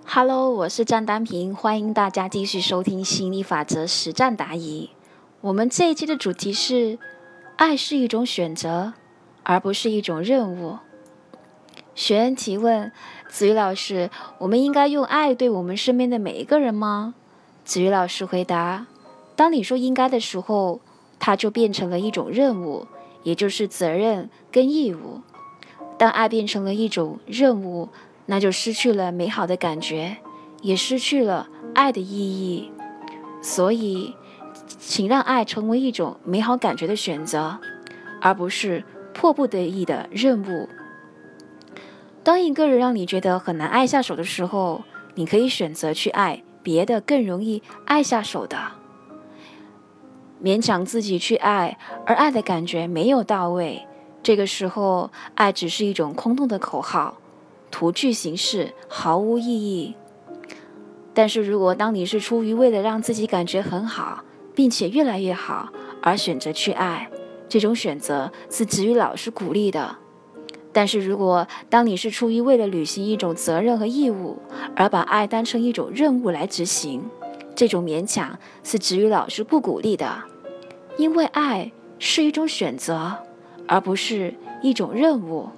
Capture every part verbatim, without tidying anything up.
Hello，我是张丹平，欢迎大家继续收听吸引力法则实战答疑。我们这一期的主题是：爱是一种选择，而不是一种任务。学员提问：子瑜老师，我们应该用爱对我们身边的每一个人吗？子瑜老师回答：当你说应该的时候，它就变成了一种任务，也就是责任跟义务。当爱变成了一种任务，那就失去了美好的感觉，也失去了爱的意义。所以，请让爱成为一种美好感觉的选择，而不是迫不得已的任务。当一个人让你觉得很难爱下手的时候，你可以选择去爱别的更容易爱下手的。勉强自己去爱，而爱的感觉没有到位，这个时候爱只是一种空洞的口号，徒具形式，毫无意义。但是如果当你是出于为了让自己感觉很好，并且越来越好而选择去爱，这种选择是子瑜老师鼓励的。但是如果当你是出于为了履行一种责任和义务而把爱当成一种任务来执行，这种勉强是子瑜老师不鼓励的。因为爱是一种选择，而不是一种任务。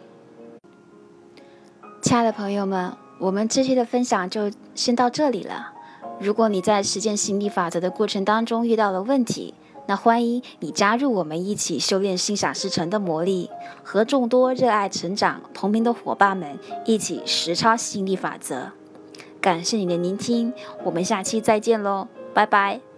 亲爱的朋友们，我们这期的分享就先到这里了。如果你在实践心理法则的过程当中遇到了问题，那欢迎你加入我们一起修炼心想事成的魔力，和众多热爱成长同频的伙伴们一起实操心理法则。感谢你的聆听，我们下期再见喽，拜拜。